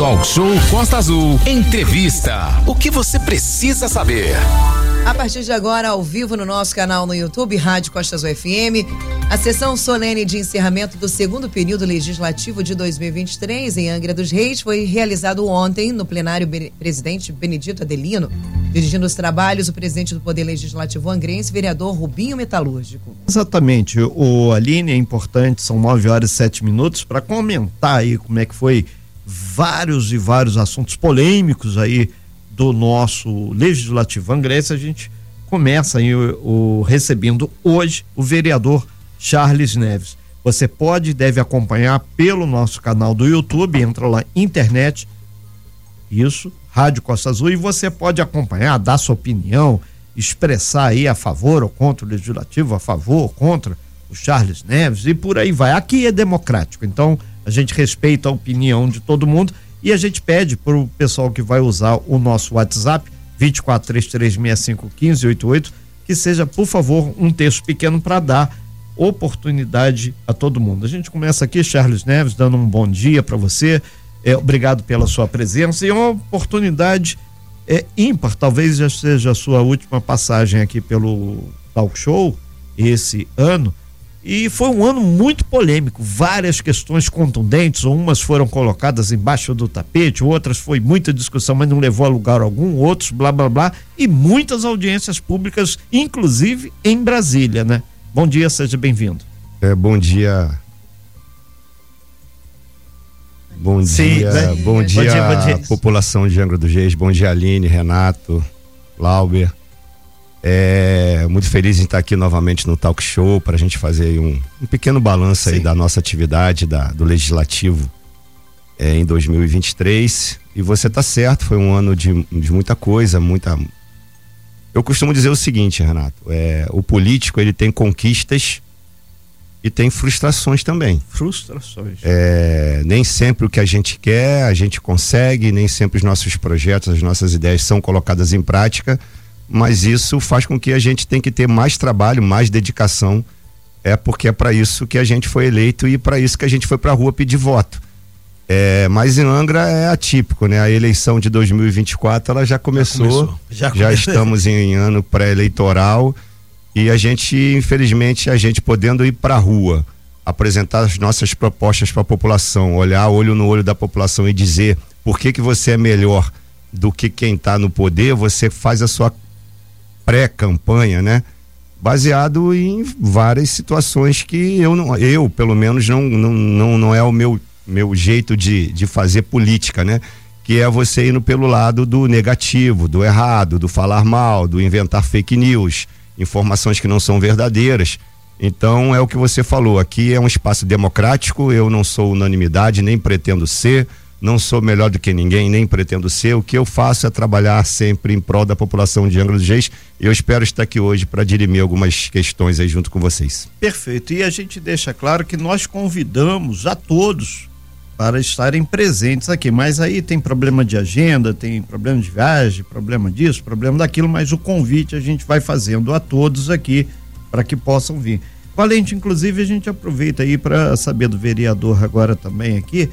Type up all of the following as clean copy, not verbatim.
Talk Show Costa Azul. Entrevista. O que você precisa saber? A partir de agora, ao vivo no nosso canal no YouTube, Rádio Costa Azul FM, a sessão solene de encerramento do segundo período legislativo de 2023 em Angra dos Reis foi realizado ontem no plenário presidente Benedito Adelino. Dirigindo os trabalhos, o presidente do Poder Legislativo angrense, vereador Rubinho Metalúrgico. Exatamente, Aline, é importante, são 9h07 para comentar aí como é que foi vários assuntos polêmicos aí do nosso Legislativo angrense. A gente começa aí recebendo hoje o vereador Charles Neves. Você pode e deve acompanhar pelo nosso canal do YouTube, entra lá, internet, isso, Rádio Costa Azul, e você pode acompanhar, dar sua opinião, expressar aí a favor ou contra o Legislativo, a favor ou contra o Charles Neves, e por aí vai. Aqui é democrático, então a gente respeita a opinião de todo mundo e a gente pede para o pessoal que vai usar o nosso WhatsApp 2433651588 que seja, por favor, um texto pequeno para dar oportunidade a todo mundo. A gente começa aqui, Charles Neves, dando um bom dia para você, obrigado pela sua presença, e uma oportunidade ímpar, talvez já seja a sua última passagem aqui pelo Talk Show esse ano. E foi um ano muito polêmico, várias questões contundentes, umas foram colocadas embaixo do tapete, outras foi muita discussão, mas não levou a lugar algum, outros blá blá blá, e muitas audiências públicas, inclusive em Brasília, né? Bom dia, seja bem-vindo. Bom dia. Bom dia, população de Angra dos Reis, bom dia, Aline, Renato, Lauber. Muito feliz em estar aqui novamente no Talk Show para a gente fazer aí um pequeno balanço aí da nossa atividade do Legislativo em 2023. E você tá certo, foi um ano de muita coisa, Eu costumo dizer o seguinte, Renato, o político, ele tem conquistas e tem frustrações também. Frustrações. Nem sempre o que a gente quer, a gente consegue, nem sempre os nossos projetos, as nossas ideias são colocadas em prática, mas isso faz com que a gente tenha que ter mais trabalho, mais dedicação, porque é para isso que a gente foi eleito e para isso que a gente foi para a rua pedir voto. Mas em Angra é atípico, né? A eleição de 2024 ela já começou. Já estamos em ano pré-eleitoral e a gente, infelizmente, podendo ir para a rua, apresentar as nossas propostas para a população, olhar olho no olho da população e dizer por que você é melhor do que quem está no poder, você faz a sua pré-campanha, né? Baseado em várias situações que eu pelo menos não é o meu jeito de fazer política, né? Que é você indo pelo lado do negativo, do errado, do falar mal, do inventar fake news, informações que não são verdadeiras. Então é o que você falou, aqui é um espaço democrático, eu não sou unanimidade, nem pretendo ser, não sou melhor do que ninguém, nem pretendo ser. O que eu faço é trabalhar sempre em prol da população de Angra dos Reis. Eu espero estar aqui hoje para dirimir algumas questões aí junto com vocês. Perfeito, e a gente deixa claro que nós convidamos a todos para estarem presentes aqui, mas aí tem problema de agenda, tem problema de viagem, problema disso, problema daquilo, mas o convite a gente vai fazendo a todos aqui para que possam vir. Valente, inclusive, a gente aproveita aí para saber do vereador agora também aqui,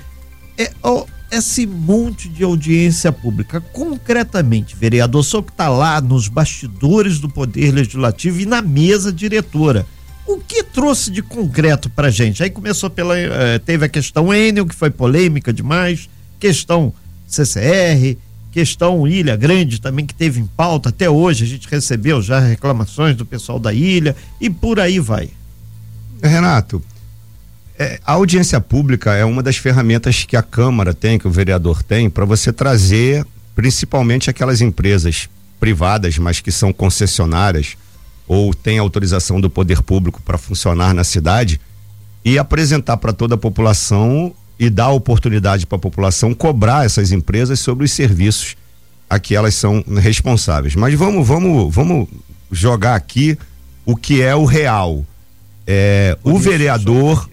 esse monte de audiência pública, concretamente, vereador, só que está lá nos bastidores do Poder Legislativo e na mesa diretora, o que trouxe de concreto pra gente? Aí começou teve a questão Enel, que foi polêmica demais, questão CCR, questão Ilha Grande também, que teve em pauta, até hoje a gente recebeu já reclamações do pessoal da ilha e por aí vai. Renato, a audiência pública é uma das ferramentas que a Câmara tem, que o vereador tem, para você trazer principalmente aquelas empresas privadas, mas que são concessionárias ou têm autorização do poder público para funcionar na cidade, e apresentar para toda a população e dar oportunidade para a população cobrar essas empresas sobre os serviços a que elas são responsáveis. Mas vamos jogar aqui o que é o real. O vereador,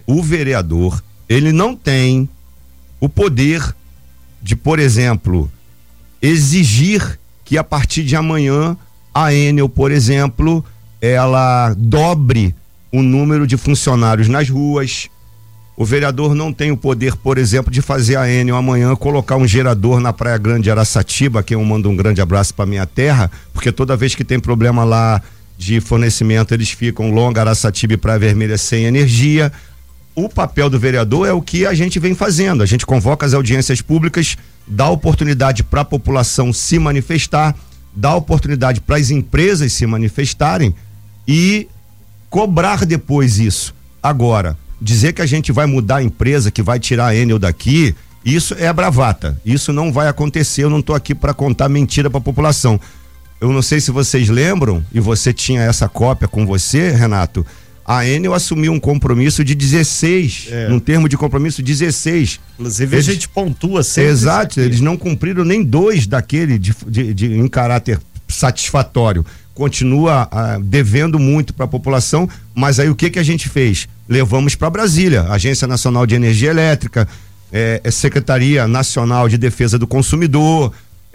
ele não tem o poder de, por exemplo, exigir que a partir de amanhã a Enel, por exemplo, ela dobre o número de funcionários nas ruas, O vereador não tem o poder, por exemplo, de fazer a Enel amanhã colocar um gerador na Praia Grande de Araçatiba, que eu mando um grande abraço para minha terra, porque toda vez que tem problema lá de fornecimento, eles ficam Longa, Araçatiba e Praia Vermelha sem energia. O papel do vereador é o que a gente vem fazendo. A gente convoca as audiências públicas, dá oportunidade para a população se manifestar, dá oportunidade para as empresas se manifestarem e cobrar depois isso. Agora, dizer que a gente vai mudar a empresa, que vai tirar a Enel daqui, isso é bravata. Isso não vai acontecer. Eu não estou aqui para contar mentira para a população. Eu não sei se vocês lembram, e você tinha essa cópia com você, Renato, a Enel assumiu um compromisso de 16, num termo de compromisso 16. Inclusive a gente pontua sempre. Exato, eles não cumpriram nem 2 daquele em caráter satisfatório. Continua devendo muito para a população, mas aí o que a gente fez? Levamos para Brasília, Agência Nacional de Energia Elétrica, Secretaria Nacional de Defesa do Consumidor,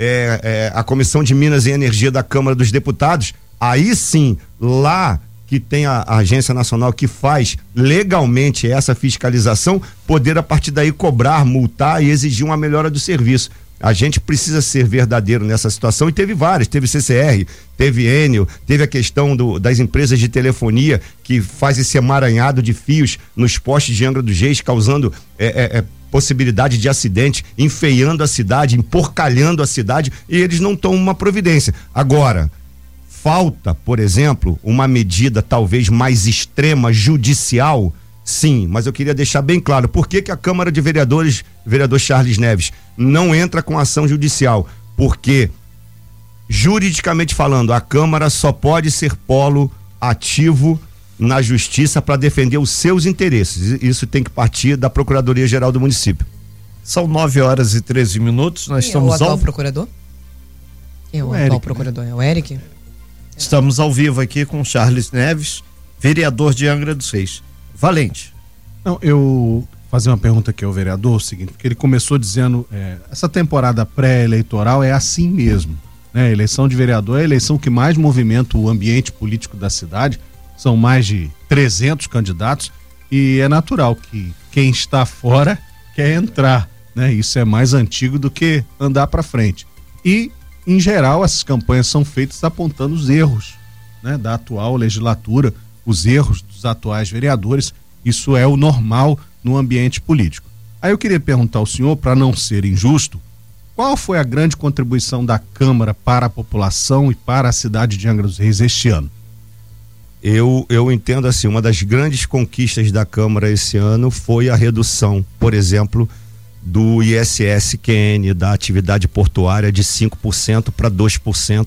a Comissão de Minas e Energia da Câmara dos Deputados. Aí sim, lá que tem a Agência Nacional que faz legalmente essa fiscalização, poder a partir daí cobrar, multar e exigir uma melhora do serviço. A gente precisa ser verdadeiro nessa situação e teve várias, teve CCR, teve Enel, teve a questão das empresas de telefonia que faz esse emaranhado de fios nos postes de Angra dos Reis, causando possibilidade de acidente, enfeiando a cidade, emporcalhando a cidade, e eles não tomam uma providência. Agora, falta, por exemplo, uma medida talvez mais extrema, judicial, sim, mas eu queria deixar bem claro, por que a Câmara de Vereadores, vereador Charles Neves, não entra com ação judicial? Porque, juridicamente falando, a Câmara só pode ser polo ativo na justiça para defender os seus interesses. Isso tem que partir da Procuradoria-Geral do município. São 9h13. Nós estamos o atual procurador? Quem é o atual procurador? É o Eric? Estamos ao vivo aqui com Charles Neves, vereador de Angra dos Reis. Valente. Não, eu fazer uma pergunta aqui ao vereador, o seguinte, porque ele começou dizendo, essa temporada pré-eleitoral é assim mesmo, né? A eleição de vereador é a eleição que mais movimenta o ambiente político da cidade, são mais de 300 candidatos e é natural que quem está fora quer entrar, né? Isso é mais antigo do que andar para frente. E, em geral, essas campanhas são feitas apontando os erros, né, da atual legislatura, os erros dos atuais vereadores. Isso é o normal no ambiente político. Aí eu queria perguntar ao senhor, para não ser injusto, qual foi a grande contribuição da Câmara para a população e para a cidade de Angra dos Reis este ano? Eu entendo assim, uma das grandes conquistas da Câmara esse ano foi a redução, por exemplo, do ISS-QN, da atividade portuária, de 5% para 2%,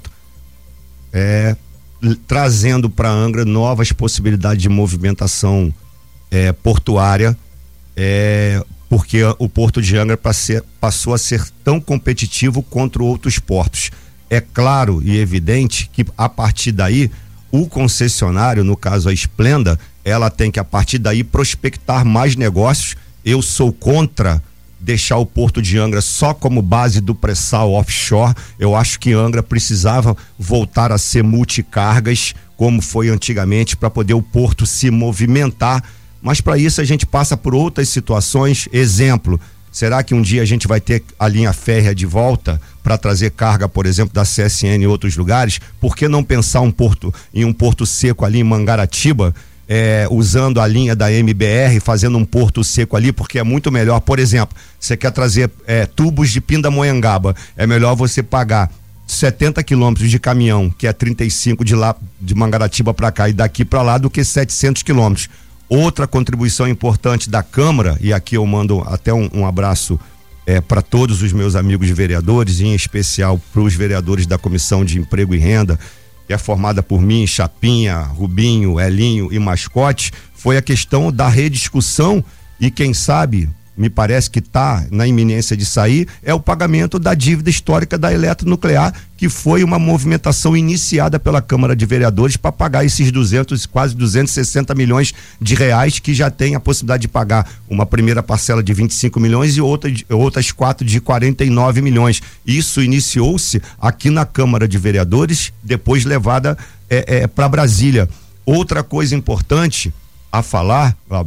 trazendo para Angra novas possibilidades de movimentação portuária, porque o Porto de Angra passou a ser tão competitivo contra outros portos. É claro e evidente que a partir daí o concessionário, no caso a Esplenda, ela tem que a partir daí prospectar mais negócios. Eu sou contra deixar o Porto de Angra só como base do pré-sal offshore. Eu acho que Angra precisava voltar a ser multicargas, como foi antigamente, para poder o porto se movimentar, mas para isso a gente passa por outras situações. Exemplo, será que um dia a gente vai ter a linha férrea de volta para trazer carga, por exemplo, da CSN e outros lugares? Por que não pensar em um porto seco ali em Mangaratiba, usando a linha da MBR, fazendo um porto seco ali, porque é muito melhor. Por exemplo, você quer trazer tubos de Pindamonhangaba, é melhor você pagar 70 quilômetros de caminhão, que é 35 de lá, de Mangaratiba para cá e daqui para lá, do que 700 quilômetros. Outra contribuição importante da Câmara, e aqui eu mando até um abraço para todos os meus amigos vereadores, em especial para os vereadores da Comissão de Emprego e Renda, que é formada por mim, Chapinha, Rubinho, Elinho e Mascote, foi a questão da rediscussão e quem sabe, me parece que está na iminência de sair, é o pagamento da dívida histórica da Eletronuclear, que foi uma movimentação iniciada pela Câmara de Vereadores para pagar esses quase 260 milhões de reais, que já tem a possibilidade de pagar uma primeira parcela de 25 milhões e outras 4 de 49 milhões. Isso iniciou-se aqui na Câmara de Vereadores, depois levada para Brasília. Outra coisa importante a falar, Cláudio,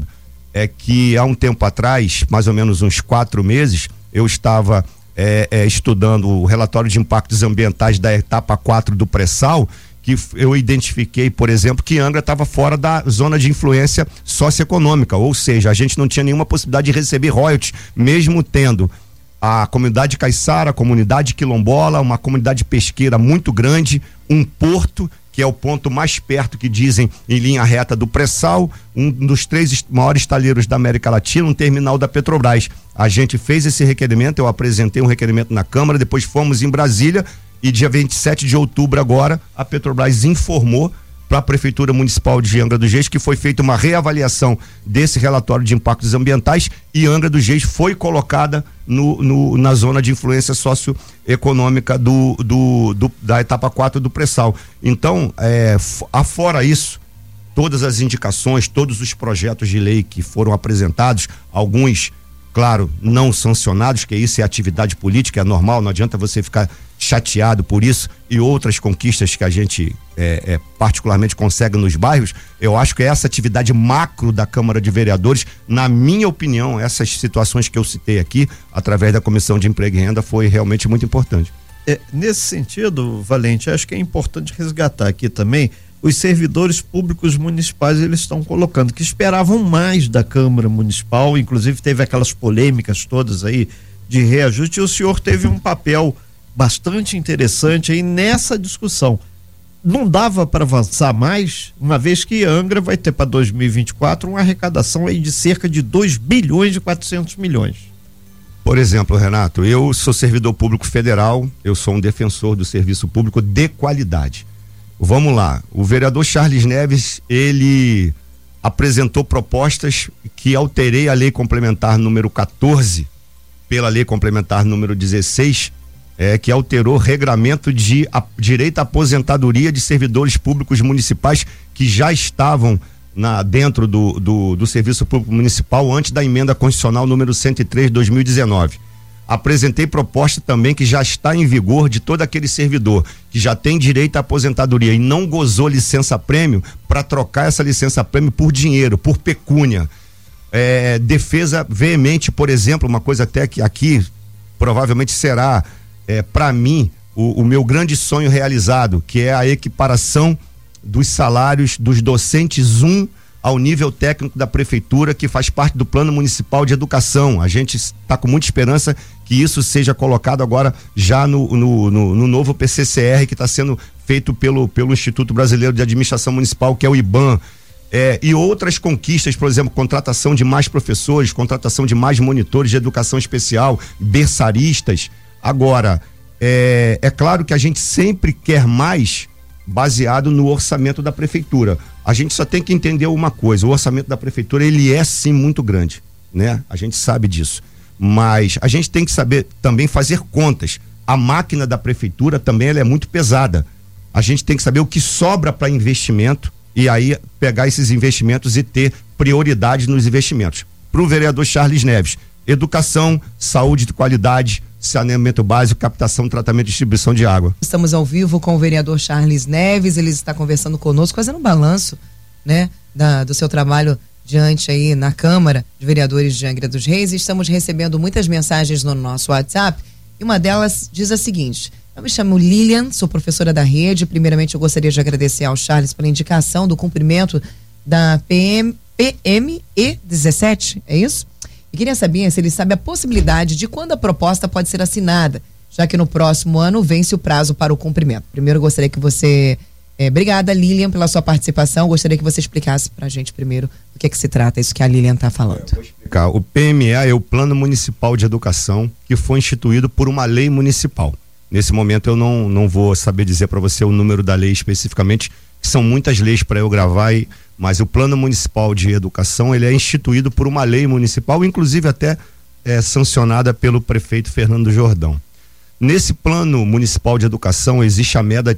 é que há um tempo atrás, mais ou menos uns 4 meses, eu estava estudando o relatório de impactos ambientais da etapa 4 do pré-sal, que eu identifiquei, por exemplo, que Angra estava fora da zona de influência socioeconômica, ou seja, a gente não tinha nenhuma possibilidade de receber royalties, mesmo tendo a comunidade caiçara, a comunidade quilombola, uma comunidade pesqueira muito grande, um porto, que é o ponto mais perto, que dizem, em linha reta do pré-sal, um dos 3 maiores estaleiros da América Latina, um terminal da Petrobras. A gente fez esse requerimento, eu apresentei um requerimento na Câmara, depois fomos em Brasília, e dia 27 de outubro agora, a Petrobras informou para a Prefeitura Municipal de Angra dos Reis que foi feita uma reavaliação desse relatório de impactos ambientais e Angra dos Reis foi colocada na zona de influência socioeconômica da etapa 4 do pré-sal. Então, afora isso, todas as indicações, todos os projetos de lei que foram apresentados, alguns, claro, não sancionados, que isso é atividade política, é normal, não adianta você ficar chateado por isso, e outras conquistas que a gente particularmente consegue nos bairros. Eu acho que essa atividade macro da Câmara de Vereadores, na minha opinião, essas situações que eu citei aqui, através da Comissão de Emprego e Renda, foi realmente muito importante. Nesse sentido, Valente, acho que é importante resgatar aqui também os servidores públicos municipais. Eles estão colocando que esperavam mais da Câmara Municipal, inclusive teve aquelas polêmicas todas aí de reajuste, e o senhor teve um papel bastante interessante aí nessa discussão. Não dava para avançar mais, uma vez que Angra vai ter para 2024 uma arrecadação aí de cerca de 2 bilhões e 400 milhões. Por exemplo, Renato, eu sou servidor público federal, eu sou um defensor do serviço público de qualidade. Vamos lá, o vereador Charles Neves, ele apresentou propostas que alterei a lei complementar número 14 pela lei complementar número 16, que alterou o regramento de direito à aposentadoria de servidores públicos municipais que já estavam dentro do serviço público municipal antes da emenda constitucional número 103 de 2019. Apresentei proposta também que já está em vigor de todo aquele servidor que já tem direito à aposentadoria e não gozou licença-prêmio, para trocar essa licença-prêmio por dinheiro, por pecúnia. Defesa veemente, por exemplo, uma coisa até que aqui provavelmente será para mim o meu grande sonho realizado, que é a equiparação dos salários dos docentes 1 ao nível técnico da prefeitura, que faz parte do Plano Municipal de Educação. A gente está com muita esperança que isso seja colocado agora já no novo PCCR, que está sendo feito pelo Instituto Brasileiro de Administração Municipal, que é o IBAM. E outras conquistas, por exemplo, contratação de mais professores, contratação de mais monitores de educação especial, berçaristas. Agora, é claro que a gente sempre quer mais baseado no orçamento da prefeitura. A gente só tem que entender uma coisa: o orçamento da prefeitura, ele é sim muito grande, né? A gente sabe disso, mas a gente tem que saber também fazer contas. A máquina da prefeitura também ela é muito pesada. A gente tem que saber o que sobra para investimento e aí pegar esses investimentos e ter prioridade nos investimentos. Para o vereador Charles Neves, educação, saúde de qualidade, saneamento básico, captação, tratamento e distribuição de água. Estamos ao vivo com o vereador Charles Neves, ele está conversando conosco, fazendo um balanço, né, do seu trabalho diante aí na Câmara de Vereadores de Angra dos Reis. Estamos recebendo muitas mensagens no nosso WhatsApp e uma delas diz a seguinte: eu me chamo Lilian, sou professora da rede. Primeiramente eu gostaria de agradecer ao Charles pela indicação do cumprimento da PME 17, é isso? E queria saber se ele sabe a possibilidade de quando a proposta pode ser assinada, já que no próximo ano vence o prazo para o cumprimento. Primeiro eu gostaria que você... obrigada, Lilian, pela sua participação. Gostaria que você explicasse pra gente primeiro do que se trata isso que a Lilian está falando. Eu vou explicar. O PME é o Plano Municipal de Educação, que foi instituído por uma lei municipal. Nesse momento eu não vou saber dizer para você o número da lei especificamente, que são muitas leis para eu gravar, mas o Plano Municipal de Educação, ele é instituído por uma lei municipal, inclusive até sancionada pelo prefeito Fernando Jordão. Nesse Plano Municipal de Educação existe a meta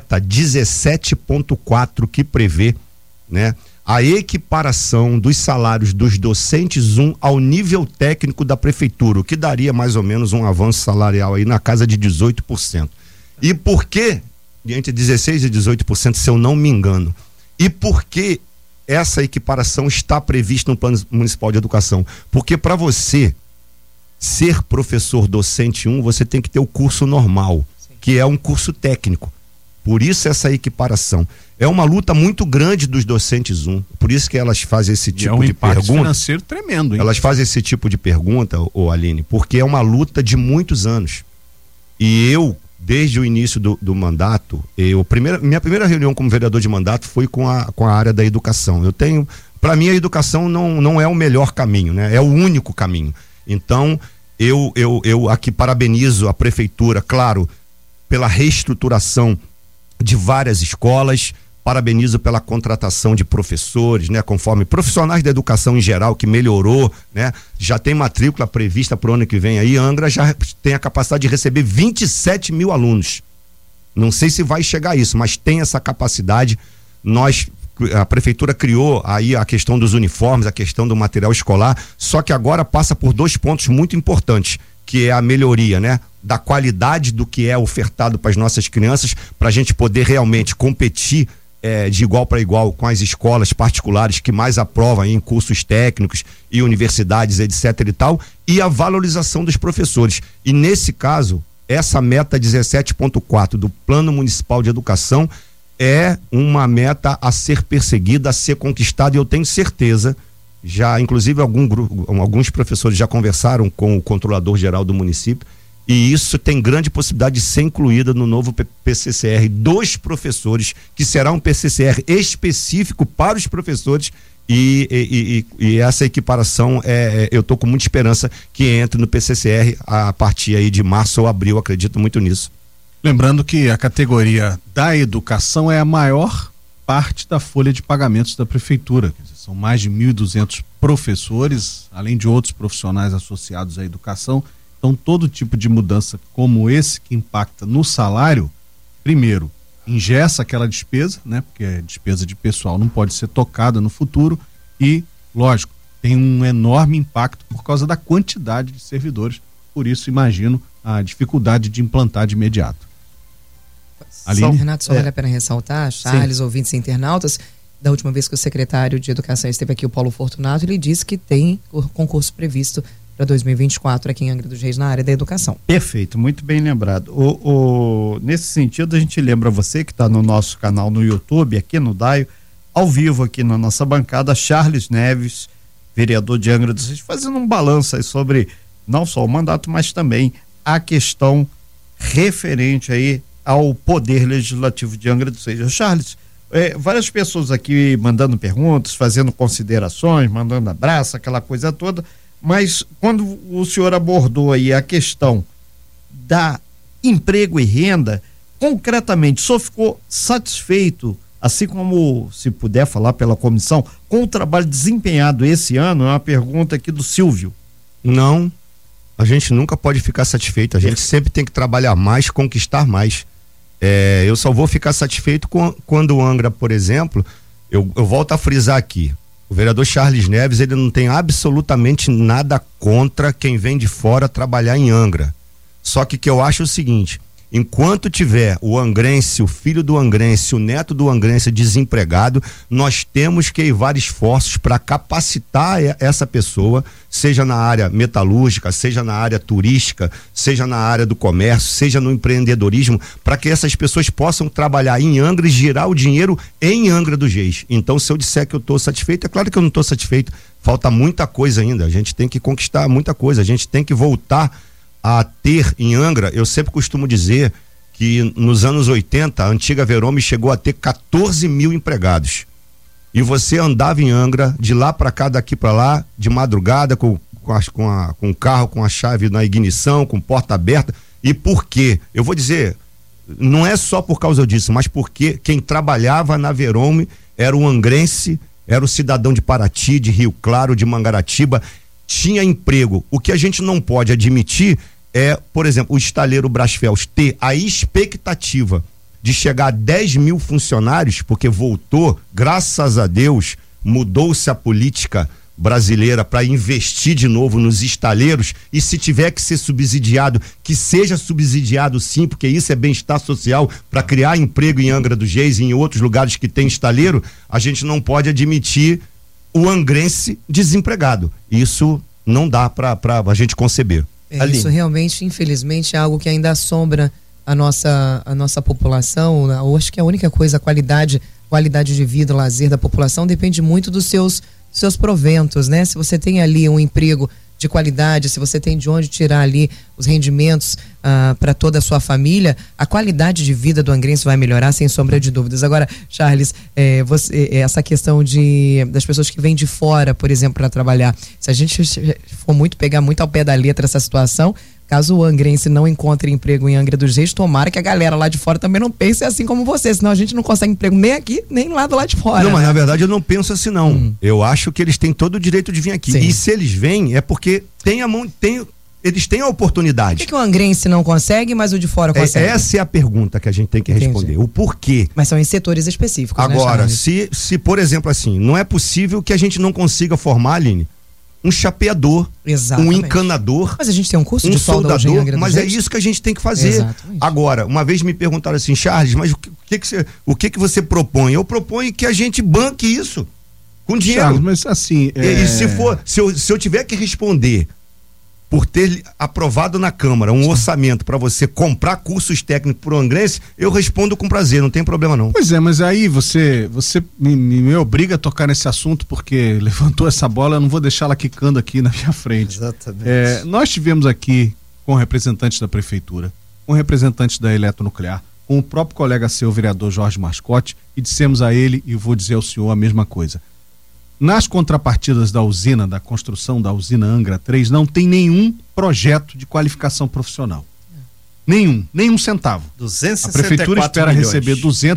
17.4, que prevê, né, a equiparação dos salários dos docentes 1 ao nível técnico da prefeitura, o que daria mais ou menos um avanço salarial aí na casa de 18%. E por que entre 16% e 18%, se eu não me engano? E por que essa equiparação está prevista no Plano Municipal de Educação. Porque para você ser professor docente 1, você tem que ter o curso normal, que é um curso técnico. Por isso essa equiparação. É uma luta muito grande dos docentes 1. Por isso que elas fazem esse tipo de pergunta. É um impacto financeiro tremendo, hein? Elas fazem esse tipo de pergunta, Aline, porque é uma luta de muitos anos. E eu, desde o início do mandato, minha primeira reunião como vereador de mandato foi com a área da educação. Para mim a educação não é o melhor caminho, né? É o único caminho. Então, eu aqui parabenizo a prefeitura, claro, pela reestruturação de várias escolas, parabenizo pela contratação de professores, né, conforme profissionais da educação em geral, que melhorou, né, já tem matrícula prevista para o ano que vem aí. Angra já tem a capacidade de receber 27 mil alunos. Não sei se vai chegar a isso, mas tem essa capacidade. A prefeitura criou aí a questão dos uniformes, a questão do material escolar, só que agora passa por 2 pontos muito importantes, que é a melhoria, né, da qualidade do que é ofertado para as nossas crianças, para a gente poder realmente competir de igual para igual com as escolas particulares que mais aprovam em cursos técnicos e universidades, etc e tal, e a valorização dos professores. E nesse caso, essa meta 17.4 do Plano Municipal de Educação é uma meta a ser perseguida, a ser conquistada, e eu tenho certeza, já inclusive alguns professores já conversaram com o controlador geral do município, e isso tem grande possibilidade de ser incluída no novo PCCR dos professores, que será um PCCR específico para os professores, e essa equiparação eu estou com muita esperança que entre no PCCR a partir aí de março ou abril, acredito muito nisso. Lembrando que a categoria da educação é a maior parte da folha de pagamentos da prefeitura. São mais de 1.200 professores, além de outros profissionais associados à educação. Então, todo tipo de mudança como esse que impacta no salário, primeiro, ingessa aquela despesa, né? Porque a despesa de pessoal não pode ser tocada no futuro e, lógico, tem um enorme impacto por causa da quantidade de servidores. Por isso, imagino a dificuldade de implantar de imediato. Renato, só vale a pena ressaltar, Charles, ouvintes e internautas, da última vez que o secretário de Educação esteve aqui, o Paulo Fortunato, ele disse que tem concurso previsto para 2024 aqui em Angra dos Reis na área da educação. Perfeito, muito bem lembrado. Nesse sentido, a gente lembra você que está no nosso canal no YouTube, aqui no DAIO, ao vivo aqui na nossa bancada, Charles Neves, vereador de Angra dos Reis, fazendo um balanço aí sobre não só o mandato, mas também a questão referente aí ao poder legislativo de Angra dos Reis. Charles, várias pessoas aqui mandando perguntas, fazendo considerações, mandando abraço, aquela coisa toda, mas quando o senhor abordou aí a questão da emprego e renda, concretamente, só ficou satisfeito, assim como se puder falar pela comissão, com o trabalho desempenhado esse ano? É uma pergunta aqui do Silvio. Não, a gente nunca pode ficar satisfeito, a gente sempre tem que trabalhar mais, conquistar mais. Eu só vou ficar satisfeito quando o Angra, por exemplo, eu volto a frisar aqui, o vereador Charles Neves, ele não tem absolutamente nada contra quem vem de fora trabalhar em Angra. Só que eu acho o seguinte, enquanto tiver o angrense, o filho do angrense, o neto do angrense desempregado, nós temos que eivar esforços para capacitar essa pessoa, seja na área metalúrgica, seja na área turística, seja na área do comércio, seja no empreendedorismo, para que essas pessoas possam trabalhar em Angra e girar o dinheiro em Angra dos Reis. Então, se eu disser que eu estou satisfeito, é claro que eu não estou satisfeito, falta muita coisa ainda, a gente tem que conquistar muita coisa, a gente tem que voltar a ter em Angra. Eu sempre costumo dizer que nos anos 80 a antiga Verome chegou a ter 14 mil empregados, e você andava em Angra de lá para cá, daqui para lá, de madrugada com o carro com a chave na ignição, com porta aberta. E por quê? Eu vou dizer, não é só por causa disso, mas porque quem trabalhava na Verome era o angrense, era o cidadão de Paraty, de Rio Claro, de Mangaratiba, tinha emprego. O que a gente não pode admitir é, por exemplo, o estaleiro Brasfels ter a expectativa de chegar a 10 mil funcionários, porque voltou, graças a Deus, mudou-se a política brasileira para investir de novo nos estaleiros, e se tiver que ser subsidiado, que seja subsidiado sim, porque isso é bem-estar social para criar emprego em Angra dos Reis e em outros lugares que tem estaleiro. A gente não pode admitir o angrense desempregado. Isso não dá para a gente conceber. Isso realmente, infelizmente, é algo que ainda assombra a nossa população. Eu acho que a única coisa, a qualidade de vida, o lazer da população depende muito dos seus proventos, né? Se você tem ali um emprego de qualidade, se você tem de onde tirar ali os rendimentos para toda a sua família, a qualidade de vida do angrense vai melhorar, sem sombra de dúvidas. Agora, Charles, essa questão das pessoas que vêm de fora, por exemplo, para trabalhar, se a gente pegar muito ao pé da letra essa situação, caso o angrense não encontre emprego em Angra dos Reis, tomara que a galera lá de fora também não pense assim como você, senão a gente não consegue emprego nem aqui, nem lá do lado de fora. Não, mas na verdade eu não penso assim não. Eu acho que eles têm todo o direito de vir aqui. Sim. E se eles vêm, é porque eles têm a oportunidade. Por que o angrense não consegue, mas o de fora consegue? Essa é a pergunta que a gente tem que responder. Entendi. O porquê. Mas são em setores específicos, agora, né, se por exemplo assim, não é possível que a gente não consiga formar, Aline, um chapeador, um encanador, mas a gente tem um curso de soldador, mas é isso que a gente tem que fazer. Exatamente. Agora, uma vez me perguntaram assim, Charles, mas o que você propõe? Eu proponho que a gente banque isso com dinheiro. Charles, mas assim, se eu tiver que responder por ter aprovado na Câmara um orçamento para você comprar cursos técnicos pro angrense, eu respondo com prazer, não tem problema não. Pois é, mas aí você me obriga a tocar nesse assunto porque levantou essa bola, eu não vou deixá-la quicando aqui na minha frente. Exatamente. Nós tivemos aqui com representantes da prefeitura, com representantes da Eletronuclear, com o próprio colega seu, o vereador Jorge Mascote, e dissemos a ele, e vou dizer ao senhor a mesma coisa. Nas contrapartidas da usina, da construção da usina Angra 3, não tem nenhum projeto de qualificação profissional. Nenhum centavo. 264 a prefeitura espera milhões. Receber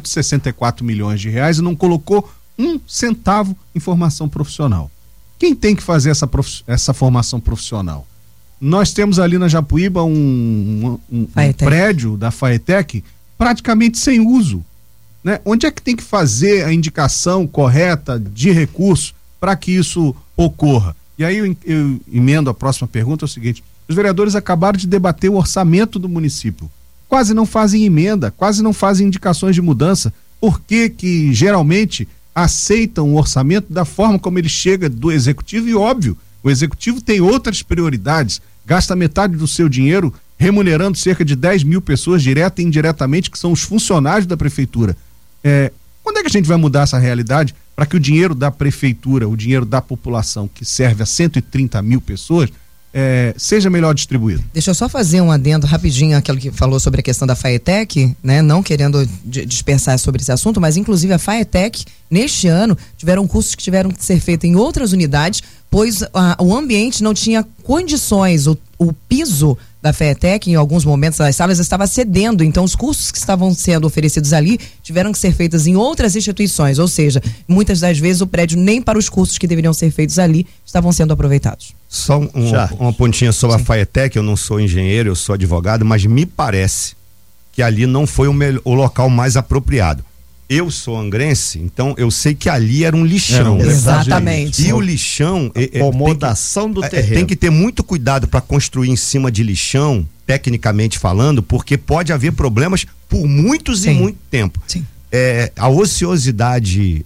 264 milhões de reais e não colocou um centavo em formação profissional. Quem tem que fazer essa formação profissional? Nós temos ali na Japuíba um prédio da Faetec praticamente sem uso. Né? Onde é que tem que fazer a indicação correta de recurso para que isso ocorra? E aí eu emendo a próxima pergunta, é o seguinte: os vereadores acabaram de debater o orçamento do município, quase não fazem emenda, quase não fazem indicações de mudança. Por que geralmente aceitam o orçamento da forma como ele chega do executivo? E óbvio, o executivo tem outras prioridades, gasta metade do seu dinheiro remunerando cerca de 10 mil pessoas direta e indiretamente, que são os funcionários da prefeitura. Quando é que a gente vai mudar essa realidade para que o dinheiro da prefeitura, o dinheiro da população que serve a 130 mil pessoas, seja melhor distribuído? Deixa eu só fazer um adendo rapidinho àquilo que falou sobre a questão da Faetec, né? Não querendo dispersar sobre esse assunto, mas inclusive a Faetec, neste ano, tiveram cursos que tiveram que ser feitos em outras unidades, pois o ambiente não tinha condições, o piso da Faetec, em alguns momentos as salas estavam cedendo, então os cursos que estavam sendo oferecidos ali tiveram que ser feitos em outras instituições, ou seja, muitas das vezes o prédio nem para os cursos que deveriam ser feitos ali estavam sendo aproveitados. Só uma pontinha sobre a Faetec. Eu não sou engenheiro, eu sou advogado, mas me parece que ali não foi o local mais apropriado. Eu sou angrense, então eu sei que ali era um lixão. Exatamente. E o lixão... acomodação do terreno. Tem que ter muito cuidado para construir em cima de lixão, tecnicamente falando, porque pode haver problemas por muitos e muito tempo. Sim. A ociosidade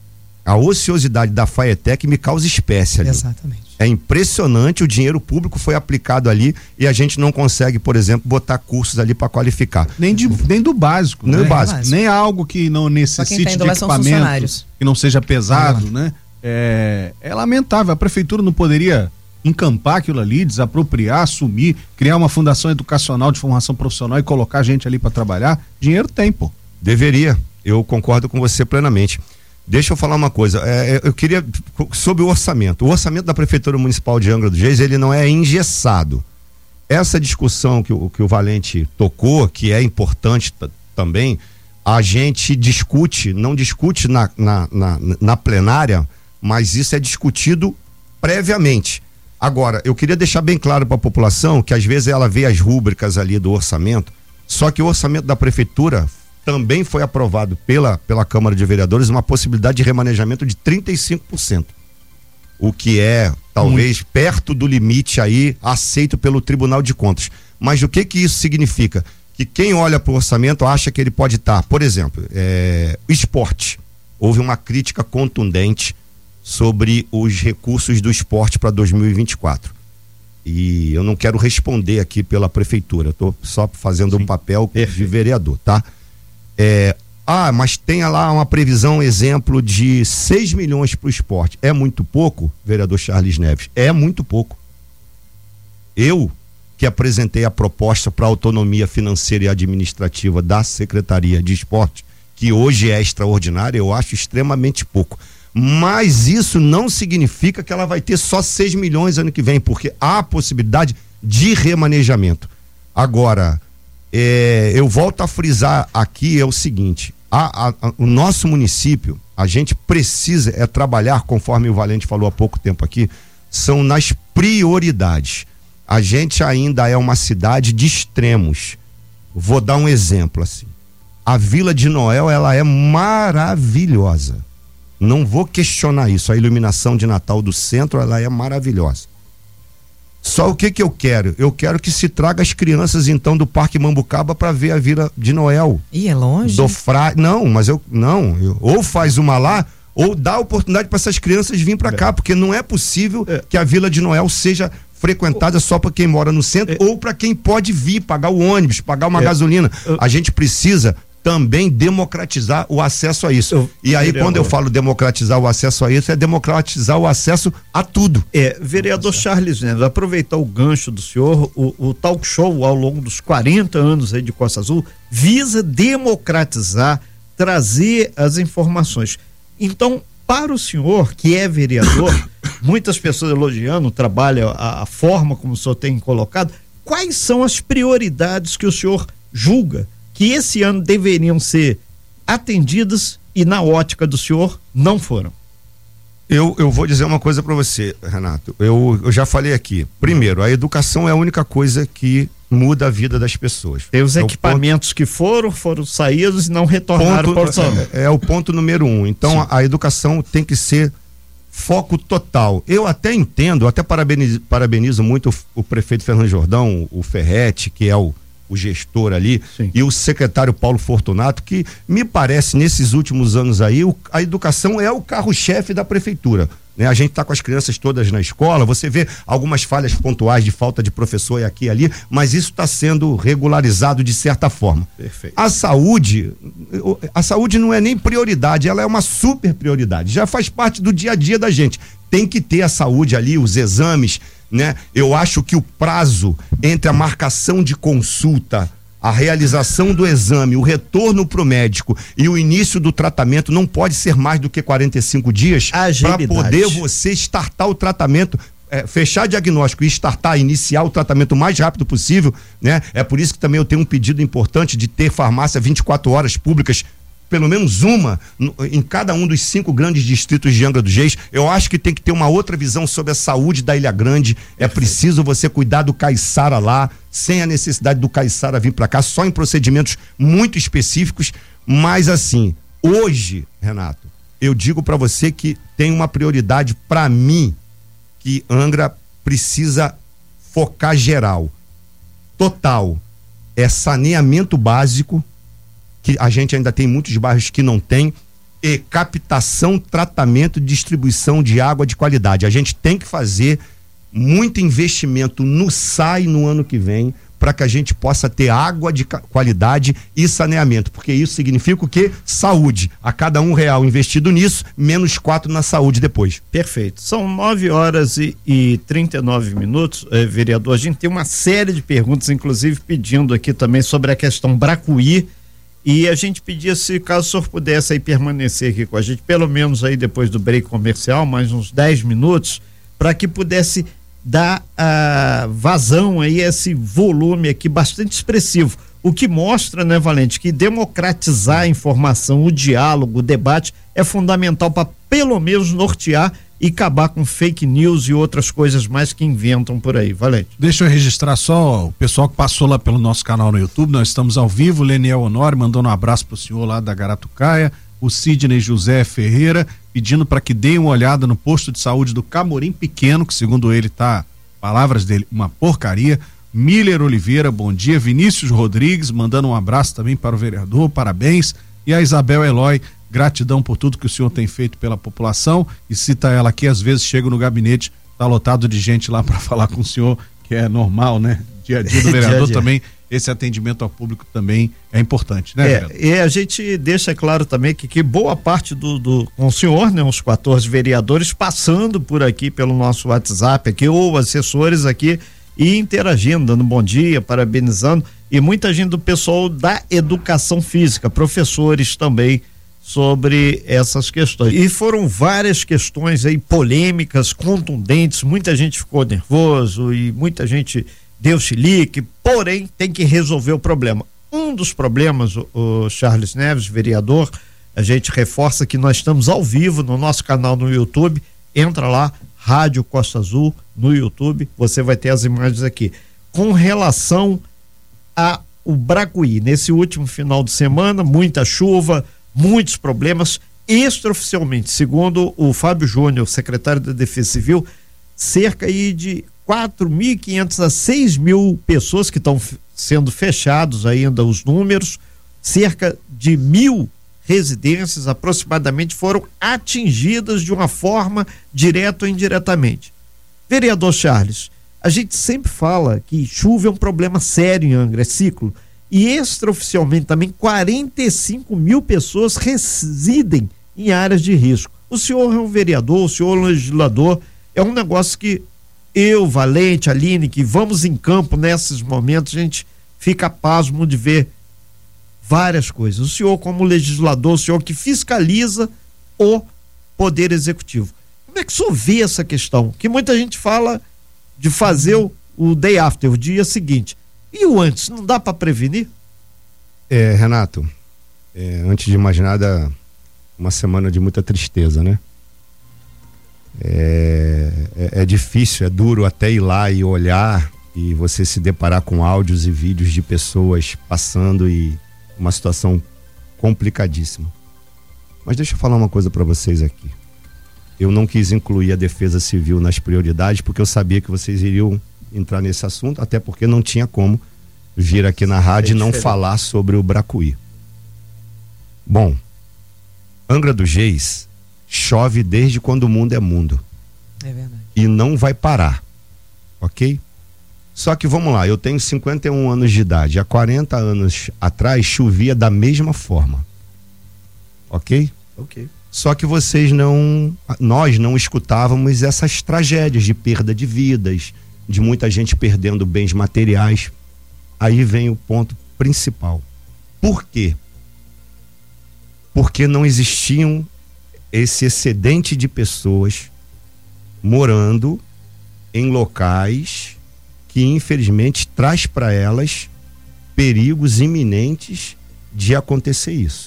da Faetec me causa espécie ali. Exatamente. É impressionante, o dinheiro público foi aplicado ali e a gente não consegue, por exemplo, botar cursos ali para qualificar. Nem do básico, nem né? Básico. Nem algo que não necessite de equipamento, que não seja pesado, né? É lamentável, a prefeitura não poderia encampar aquilo ali, desapropriar, assumir, criar uma fundação educacional de formação profissional e colocar gente ali para trabalhar. Dinheiro tem, pô. Deveria, eu concordo com você plenamente. Deixa eu falar uma coisa, eu queria, sobre o orçamento da Prefeitura Municipal de Angra dos Reis, ele não é engessado. Essa discussão que o Valente tocou, que é importante também, a gente não discute na plenária, mas isso é discutido previamente. Agora, eu queria deixar bem claro para a população que às vezes ela vê as rúbricas ali do orçamento, só que o orçamento da Prefeitura também foi aprovado pela Câmara de Vereadores uma possibilidade de remanejamento de 35%. o que é talvez perto do limite aí aceito pelo Tribunal de Contas. Mas o que isso significa? Que quem olha para o orçamento acha que ele pode estar, por exemplo, esporte. Houve uma crítica contundente sobre os recursos do esporte para 2024. E eu não quero responder aqui pela prefeitura, estou só fazendo um papel de vereador, tá? Mas tenha lá uma previsão, exemplo, de 6 milhões para o esporte. É muito pouco, vereador Charles Neves? É muito pouco. Eu, que apresentei a proposta para a autonomia financeira e administrativa da Secretaria de Esporte, que hoje é extraordinária, eu acho extremamente pouco. Mas isso não significa que ela vai ter só 6 milhões ano que vem, porque há a possibilidade de remanejamento. Agora, eu volto a frisar aqui, é o seguinte, o nosso município, a gente precisa trabalhar, conforme o Valente falou há pouco tempo aqui, são nas prioridades. A gente ainda é uma cidade de extremos. Vou dar um exemplo assim. A Vila de Noel, ela é maravilhosa. Não vou questionar isso. A iluminação de Natal do centro, ela é maravilhosa. Só o que eu quero? Eu quero que se traga as crianças então do Parque Mambucaba para ver a Vila de Noel. E é longe? Não, mas ou faz uma lá, ou dá oportunidade para essas crianças virem para cá, porque não é possível que a Vila de Noel seja frequentada só para quem mora no centro ou para quem pode vir, pagar o ônibus, pagar uma gasolina. A gente precisa também democratizar o acesso a isso. E aí, quando eu falo democratizar o acesso a isso, é democratizar o acesso a tudo. Vereador Charles Neves, aproveitar o gancho do senhor, o talk show ao longo dos 40 anos aí de Costa Azul visa democratizar, trazer as informações. Então, para o senhor, que é vereador, muitas pessoas elogiando o trabalho, a forma como o senhor tem colocado, quais são as prioridades que o senhor julga que esse ano deveriam ser atendidas e, na ótica do senhor, não foram? Eu vou dizer uma coisa para você, Renato. Eu já falei aqui. Primeiro, a educação é a única coisa que muda a vida das pessoas. Tem os equipamentos que foram saídos e não retornaram para o orçamento. É o ponto número 1. Então, a educação tem que ser foco total. Eu até entendo, até parabenizo muito o prefeito Fernando Jordão, o Ferretti, que é o gestor ali, e o secretário Paulo Fortunato, que me parece, nesses últimos anos aí, a educação é o carro-chefe da prefeitura, né? A gente está com as crianças todas na escola, você vê algumas falhas pontuais de falta de professor aqui e ali, mas isso está sendo regularizado de certa forma. Perfeito. A saúde não é nem prioridade, ela é uma super prioridade, já faz parte do dia a dia da gente. Tem que ter a saúde ali, os exames, né? Eu acho que o prazo entre a marcação de consulta, a realização do exame, o retorno para o médico e o início do tratamento não pode ser mais do que 45 dias para poder você startar o tratamento, fechar diagnóstico e iniciar o tratamento o mais rápido possível, né? É por isso que também eu tenho um pedido importante de ter farmácia 24 horas públicas, pelo menos uma em cada um dos 5 grandes distritos de Angra dos Reis. Eu acho que tem que ter uma outra visão sobre a saúde da Ilha Grande. É preciso você cuidar do caiçara lá, sem a necessidade do caiçara vir para cá, só em procedimentos muito específicos. Mas assim, hoje, Renato, eu digo para você que tem uma prioridade para mim, que Angra precisa focar geral, total, é saneamento básico, que a gente ainda tem muitos bairros que não tem, e captação, tratamento e distribuição de água de qualidade. A gente tem que fazer muito investimento no SAI no ano que vem, para que a gente possa ter água de qualidade e saneamento, porque isso significa o quê? Saúde. A cada R$1 investido nisso, menos 4 na saúde depois. Perfeito. São 9h39, vereador. A gente tem uma série de perguntas, inclusive pedindo aqui também sobre a questão Bracuí. E a gente pedia, se caso o senhor pudesse aí permanecer aqui com a gente, pelo menos aí depois do break comercial, mais uns 10 minutos, para que pudesse dar vazão aí a esse volume aqui bastante expressivo. O que mostra, né, Valente, que democratizar a informação, o diálogo, o debate é fundamental para pelo menos nortear e acabar com fake news e outras coisas mais que inventam por aí. Valente. Deixa eu registrar só o pessoal que passou lá pelo nosso canal no YouTube. Nós estamos ao vivo. Leniel Honório mandando um abraço pro senhor lá da Garatucaia. o Sidney José Ferreira, pedindo para que deem uma olhada no posto de saúde do Camorim Pequeno, que segundo ele tá, palavras dele, uma porcaria. Miller Oliveira, bom dia. Vinícius Rodrigues, mandando um abraço também para o vereador, parabéns. E a Isabel Eloy, gratidão por tudo que o senhor tem feito pela população, e cita ela aqui, às vezes chega no gabinete, tá lotado de gente lá para falar com o senhor, que é normal, né? Dia a dia do vereador dia -dia. Também, esse atendimento ao público também é importante, né, vereador? E a gente deixa claro também que boa parte com o senhor, né, uns 14 vereadores passando por aqui pelo nosso WhatsApp aqui, ou assessores aqui, e interagindo, dando bom dia, parabenizando, e muita gente do pessoal da educação física, professores também, sobre essas questões. E foram várias questões aí polêmicas, contundentes, muita gente ficou nervoso e muita gente deu chilique, porém tem que resolver o problema. Um dos problemas, o Charles Neves, vereador, a gente reforça que nós estamos ao vivo no nosso canal no YouTube, entra lá, Rádio Costa Azul no YouTube, você vai ter as imagens aqui. Com relação ao Bracuí, nesse último final de semana, muita chuva, muitos problemas, extraoficialmente, segundo o Fábio Júnior, secretário da Defesa Civil, cerca aí de 4.500 a 6.000 pessoas que estão sendo fechados ainda os números, cerca de 1.000 residências aproximadamente foram atingidas de uma forma direta ou indiretamente. Vereador Charles, a gente sempre fala que chuva é um problema sério em Angra, é ciclo, e extraoficialmente também 45.000 pessoas residem em áreas de risco. O senhor é um vereador, o senhor é um legislador, é um negócio que eu, Valente, Aline, que vamos em campo nesses momentos, a gente fica pasmo de ver várias coisas. O senhor como legislador, o senhor que fiscaliza o Poder Executivo. Como é que o senhor vê essa questão? Que muita gente fala de fazer o day after, o dia seguinte. E o antes, não dá para prevenir? Renato, antes de mais nada, uma semana de muita tristeza, né? É difícil, é duro até ir lá e olhar e você se deparar com áudios e vídeos de pessoas passando e uma situação complicadíssima. Mas deixa eu falar uma coisa para vocês aqui. Eu não quis incluir a Defesa Civil nas prioridades porque eu sabia que vocês iriam entrar nesse assunto, até porque não tinha como vir aqui na rádio e não falar sobre o Bracuí. Bom, Angra dos Reis chove desde quando o mundo é mundo. É verdade. E não vai parar, ok? Só que vamos lá, eu tenho 51 anos de idade, há 40 anos atrás chovia da mesma forma, ok? Ok. Só que nós não escutávamos essas tragédias de perda de vidas, de muita gente perdendo bens materiais. Aí vem o ponto principal. Por quê? Porque não existiam esse excedente de pessoas morando em locais que infelizmente traz para elas perigos iminentes de acontecer isso.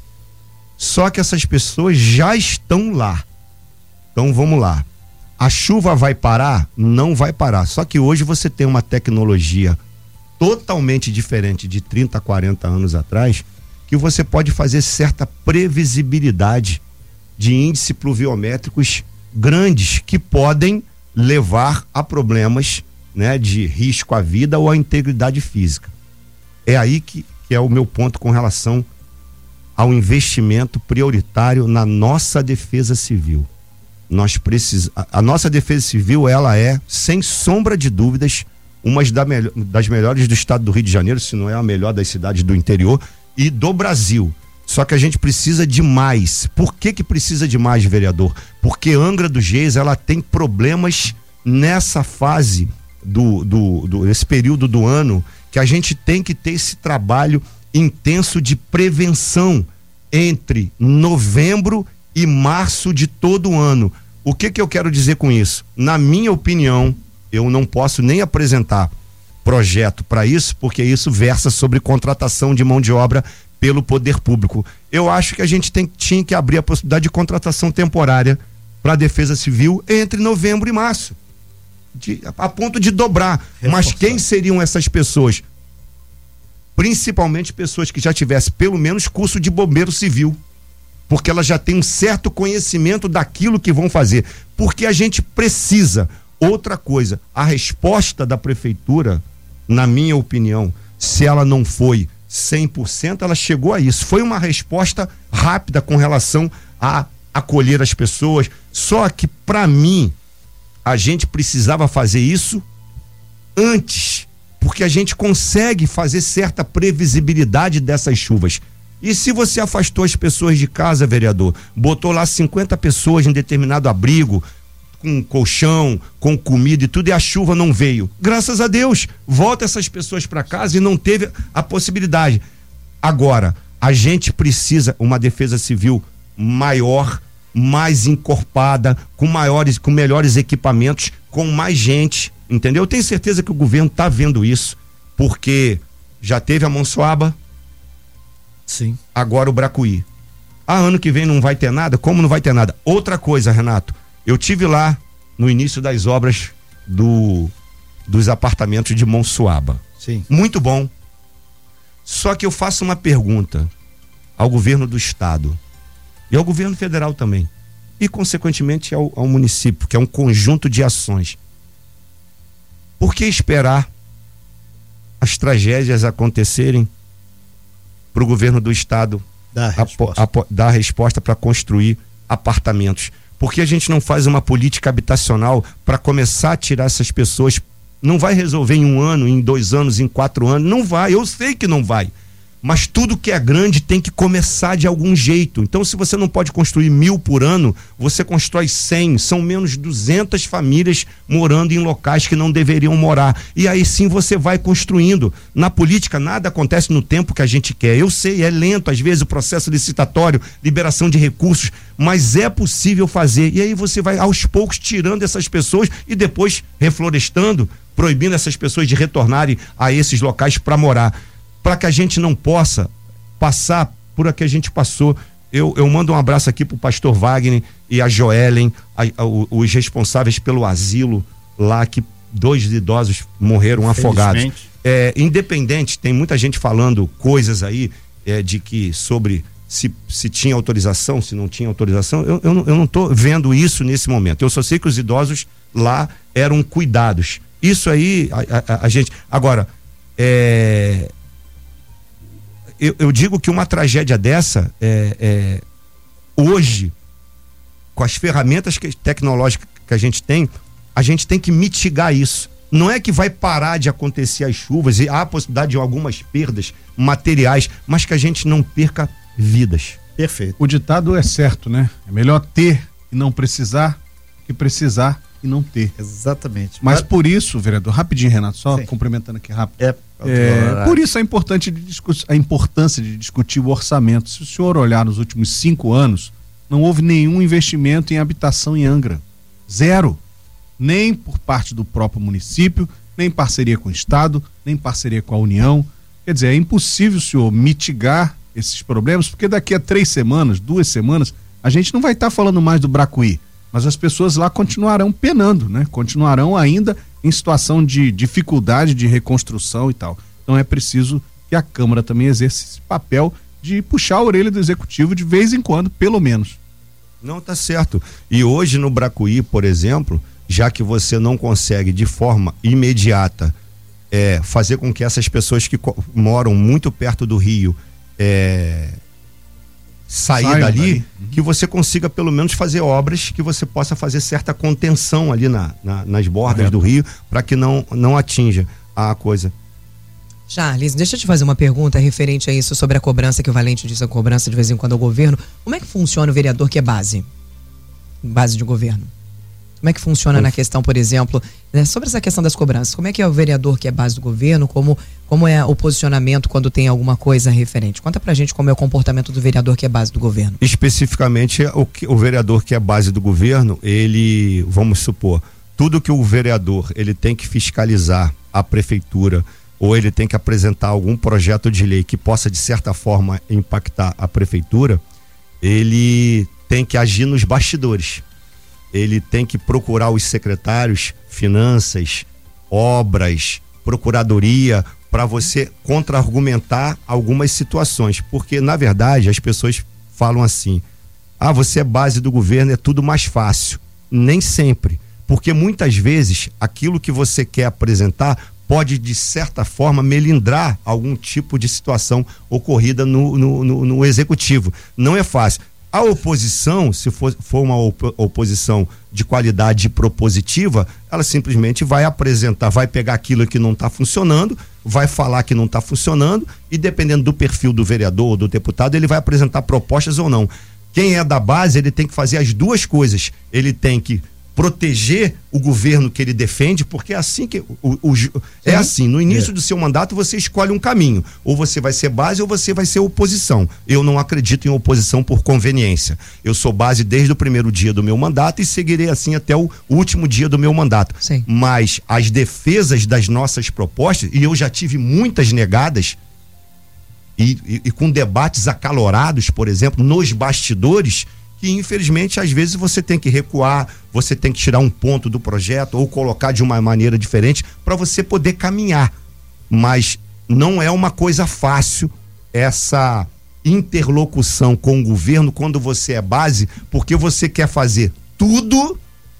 Só que essas pessoas já estão lá. Então vamos lá. A chuva vai parar? Não vai parar. Só que hoje você tem uma tecnologia totalmente diferente de 30, 40 anos atrás, que você pode fazer certa previsibilidade de índices pluviométricos grandes que podem levar a problemas, né, de risco à vida ou à integridade física. É aí que é o meu ponto com relação ao investimento prioritário na nossa defesa civil. A nossa defesa civil, ela é, sem sombra de dúvidas, uma das melhores do estado do Rio de Janeiro, se não é a melhor das cidades do interior e do Brasil. Só que a gente precisa de mais. Por que precisa de mais, vereador? Porque Angra dos Reis, ela tem problemas nessa fase esse período do ano, que a gente tem que ter esse trabalho intenso de prevenção entre novembro e março de todo ano. O que eu quero dizer com isso? Na minha opinião, eu não posso nem apresentar projeto para isso, porque isso versa sobre contratação de mão de obra pelo poder público. Eu acho que a gente tinha que abrir a possibilidade de contratação temporária para a Defesa Civil entre novembro e março, a ponto de dobrar. Mas quem seriam essas pessoas? Principalmente pessoas que já tivessem pelo menos curso de bombeiro civil. porque elas já têm um certo conhecimento daquilo que vão fazer, porque a gente precisa. Outra coisa, a resposta da prefeitura, na minha opinião, se ela não foi 100%, ela chegou a isso. Foi uma resposta rápida com relação a acolher as pessoas, só que para mim a gente precisava fazer isso antes, porque a gente consegue fazer certa previsibilidade dessas chuvas. E se você afastou as pessoas de casa, vereador, botou lá 50 pessoas em determinado abrigo, com colchão, com comida e tudo, e a chuva não veio, graças a Deus, volta essas pessoas para casa e não teve a possibilidade. Agora, a gente precisa uma defesa civil maior, mais encorpada, com melhores equipamentos, com mais gente, entendeu? Eu tenho certeza que o governo está vendo isso, porque já teve a Monsoaba, sim, agora o Bracuí. Ano que vem não vai ter nada? Como não vai ter nada? Outra coisa, Renato, eu tive lá no início das obras dos apartamentos de Monsoaba. Sim. Muito bom. Só que eu faço uma pergunta ao governo do estado e ao governo federal também, e consequentemente ao município, que é um conjunto de ações. Por que esperar as tragédias acontecerem para o governo do estado dar resposta para construir apartamentos? Porque a gente não faz uma política habitacional para começar a tirar essas pessoas? Não vai resolver em 1 ano, em 2 anos, em 4 anos, não vai, eu sei que não vai, mas tudo que é grande tem que começar de algum jeito. Então, se você não pode construir 1000 por ano, você constrói 100, são menos 200 famílias morando em locais que não deveriam morar, e aí sim você vai construindo. Na política nada acontece no tempo que a gente quer, eu sei, é lento às vezes o processo licitatório, liberação de recursos, mas é possível fazer, e aí você vai aos poucos tirando essas pessoas e depois reflorestando, proibindo essas pessoas de retornarem a esses locais para morar, para que a gente não possa passar por aqui a gente passou. Eu mando um abraço aqui pro pastor Wagner e a Joellen, os responsáveis pelo asilo lá, que 2 idosos morreram afogados. Independente, tem muita gente falando coisas aí de que sobre se tinha autorização, se não tinha autorização. Eu não estou vendo isso nesse momento. Eu só sei que os idosos lá eram cuidados. Isso aí a gente... Agora, eu digo que uma tragédia dessa, hoje, com as ferramentas tecnológicas que a gente tem que mitigar isso. Não é que vai parar de acontecer as chuvas e há a possibilidade de algumas perdas materiais, mas que a gente não perca vidas. Perfeito. O ditado é certo, né? É melhor ter e não precisar que precisar e não ter. Exatamente. Mas por isso, vereador, rapidinho, Renato, só complementando aqui rápido. Por isso a importância de discutir o orçamento. Se o senhor olhar nos últimos 5 anos, não houve nenhum investimento em habitação em Angra. 0. Nem por parte do próprio município, nem parceria com o estado, nem parceria com a União. Quer dizer, é impossível o senhor mitigar esses problemas, porque daqui a 3 semanas, 2 semanas, a gente não vai estar falando mais do Bracuí, mas as pessoas lá continuarão penando, né? Continuarão ainda em situação de dificuldade de reconstrução e tal. Então é preciso que a Câmara também exerça esse papel de puxar a orelha do Executivo de vez em quando, pelo menos. Não, tá certo. E hoje no Bracuí, por exemplo, já que você não consegue de forma imediata fazer com que essas pessoas que moram muito perto do rio sair dali, que você consiga pelo menos fazer obras que você possa fazer certa contenção ali nas bordas do rio, para que não atinja a coisa. Charles, deixa eu te fazer uma pergunta referente a isso, sobre a cobrança, que o Valente diz, a cobrança de vez em quando ao governo. Como é que funciona o vereador que é base de governo? Como é que funciona na questão, por exemplo, sobre essa questão das cobranças? Como é que é o vereador que é base do governo? Como é o posicionamento quando tem alguma coisa referente? Conta pra gente como é o comportamento do vereador que é base do governo. Especificamente, o vereador que é base do governo, ele, vamos supor, tudo que o vereador ele tem que fiscalizar a prefeitura, ou ele tem que apresentar algum projeto de lei que possa, de certa forma, impactar a prefeitura, ele tem que agir nos bastidores. Ele tem que procurar os secretários, finanças, obras, procuradoria, para você contra-argumentar algumas situações. Porque, na verdade, as pessoas falam assim: você é base do governo, é tudo mais fácil. Nem sempre, porque muitas vezes aquilo que você quer apresentar pode, de certa forma, melindrar algum tipo de situação ocorrida no executivo. Não é fácil. A oposição, se for uma oposição de qualidade propositiva, ela simplesmente vai apresentar, vai pegar aquilo que não está funcionando, vai falar que não está funcionando e, dependendo do perfil do vereador ou do deputado, ele vai apresentar propostas ou não. Quem é da base, ele tem que fazer as duas coisas. Ele tem que proteger o governo que ele defende, porque é assim que assim, no início do seu mandato você escolhe um caminho, ou você vai ser base ou você vai ser oposição. Eu não acredito em oposição por conveniência. Eu sou base desde o primeiro dia do meu mandato e seguirei assim até o último dia do meu mandato. Sim. Mas as defesas das nossas propostas, e eu já tive muitas negadas, e com debates acalorados, por exemplo, nos bastidores, que infelizmente às vezes você tem que recuar, você tem que tirar um ponto do projeto ou colocar de uma maneira diferente para você poder caminhar. Mas não é uma coisa fácil essa interlocução com o governo quando você é base, porque você quer fazer tudo,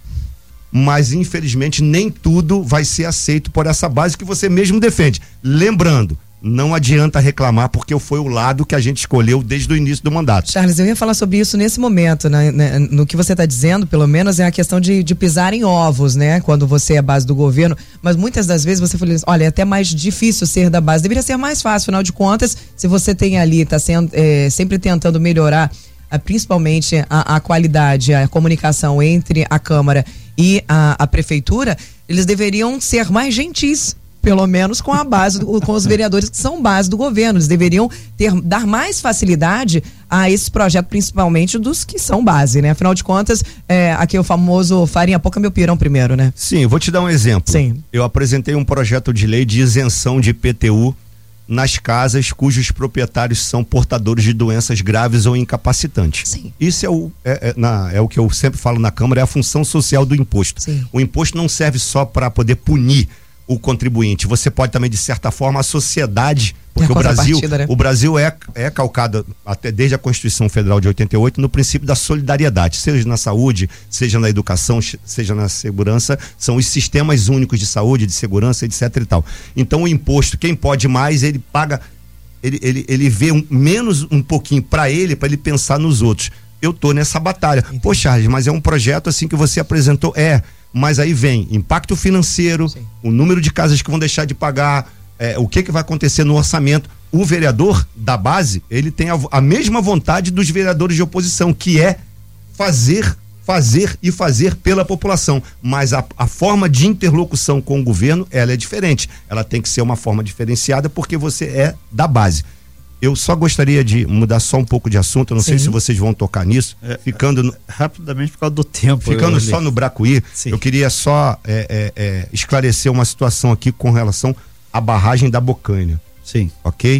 mas infelizmente nem tudo vai ser aceito por essa base que você mesmo defende. Lembrando, não adianta reclamar, porque foi o lado que a gente escolheu desde o início do mandato. Charles, eu ia falar sobre isso nesse momento, né? No que você está dizendo, pelo menos, é a questão de pisar em ovos, né? Quando você é base do governo, mas muitas das vezes você fala, olha, é até mais difícil ser da base, deveria ser mais fácil, afinal de contas, se você tem ali, está sempre tentando melhorar, principalmente a qualidade, a comunicação entre a Câmara e a Prefeitura, eles deveriam ser mais gentis, pelo menos com a base, com os vereadores que são base do governo. Eles deveriam dar mais facilidade a esse projeto, principalmente dos que são base, né? Afinal de contas, aqui o famoso farinha pouca, meu pirão primeiro, né? Sim, eu vou te dar um exemplo. Sim. Eu apresentei um projeto de lei de isenção de IPTU nas casas cujos proprietários são portadores de doenças graves ou incapacitantes. Sim. Isso é o que eu sempre falo na Câmara, é a função social do imposto. Sim. O imposto não serve só para poder punir o contribuinte, você pode também, de certa forma, a sociedade, porque o Brasil é calcado até desde a Constituição Federal de 88 no princípio da solidariedade, seja na saúde, seja na educação, seja na segurança, são os sistemas únicos de saúde, de segurança, etc e tal. Então o imposto, quem pode mais, ele paga, ele vê menos um pouquinho para ele pensar nos outros. Eu tô nessa batalha. Entendi. Pô, Charles, mas é um projeto assim que você apresentou, mas aí vem impacto financeiro, sim, o número de casas que vão deixar de pagar, o que vai acontecer no orçamento. O vereador da base, ele tem a mesma vontade dos vereadores de oposição, que é fazer pela população, mas a forma de interlocução com o governo, ela é diferente, ela tem que ser uma forma diferenciada, porque você é da base. Eu só gostaria de mudar só um pouco de assunto, eu não sei se vocês vão tocar nisso, rapidamente por causa do tempo. Ficando só no Bracuí, eu queria só esclarecer uma situação aqui com relação à barragem da Bocaina. Sim. Ok?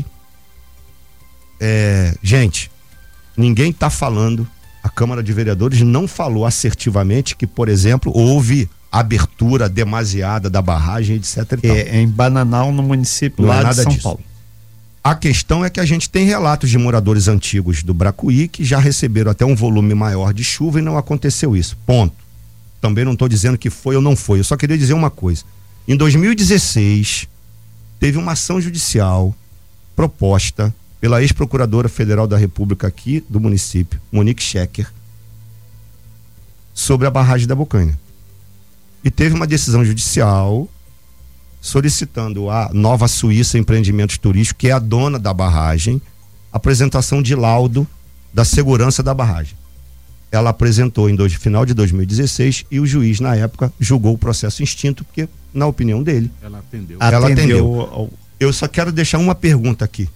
Gente, ninguém está falando, a Câmara de Vereadores não falou assertivamente que, por exemplo, houve abertura demasiada da barragem, etc. É em Bananal, no município lá de São Paulo. A questão é que a gente tem relatos de moradores antigos do Bracuí que já receberam até um volume maior de chuva e não aconteceu isso. Ponto. Também não estou dizendo que foi ou não foi. Eu só queria dizer uma coisa. Em 2016, teve uma ação judicial proposta pela ex-procuradora federal da República aqui do município, Monique Schecker, sobre a barragem da Bocaina. E teve uma decisão judicial solicitando a Nova Suíça Empreendimentos Turísticos, que é a dona da barragem, apresentação de laudo da segurança da barragem. Ela apresentou em final de 2016 e o juiz, na época, julgou o processo extinto, porque, na opinião dele, ela atendeu. Eu só quero deixar uma pergunta aqui.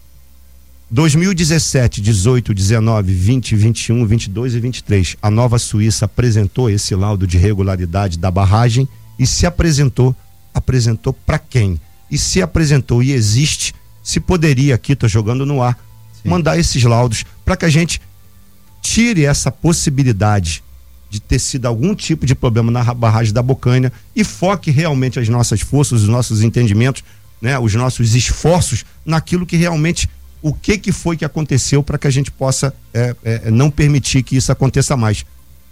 2017, 18, 19, 20, 21, 22 e 23, a Nova Suíça apresentou esse laudo de regularidade da barragem e se apresentou para quem? E se apresentou e existe, se poderia aqui, tô jogando no ar, mandar esses laudos para que a gente tire essa possibilidade de ter sido algum tipo de problema na barragem da Bocaina e foque realmente as nossas forças, os nossos entendimentos, né, os nossos esforços naquilo que realmente o que foi que aconteceu para que a gente possa não permitir que isso aconteça mais.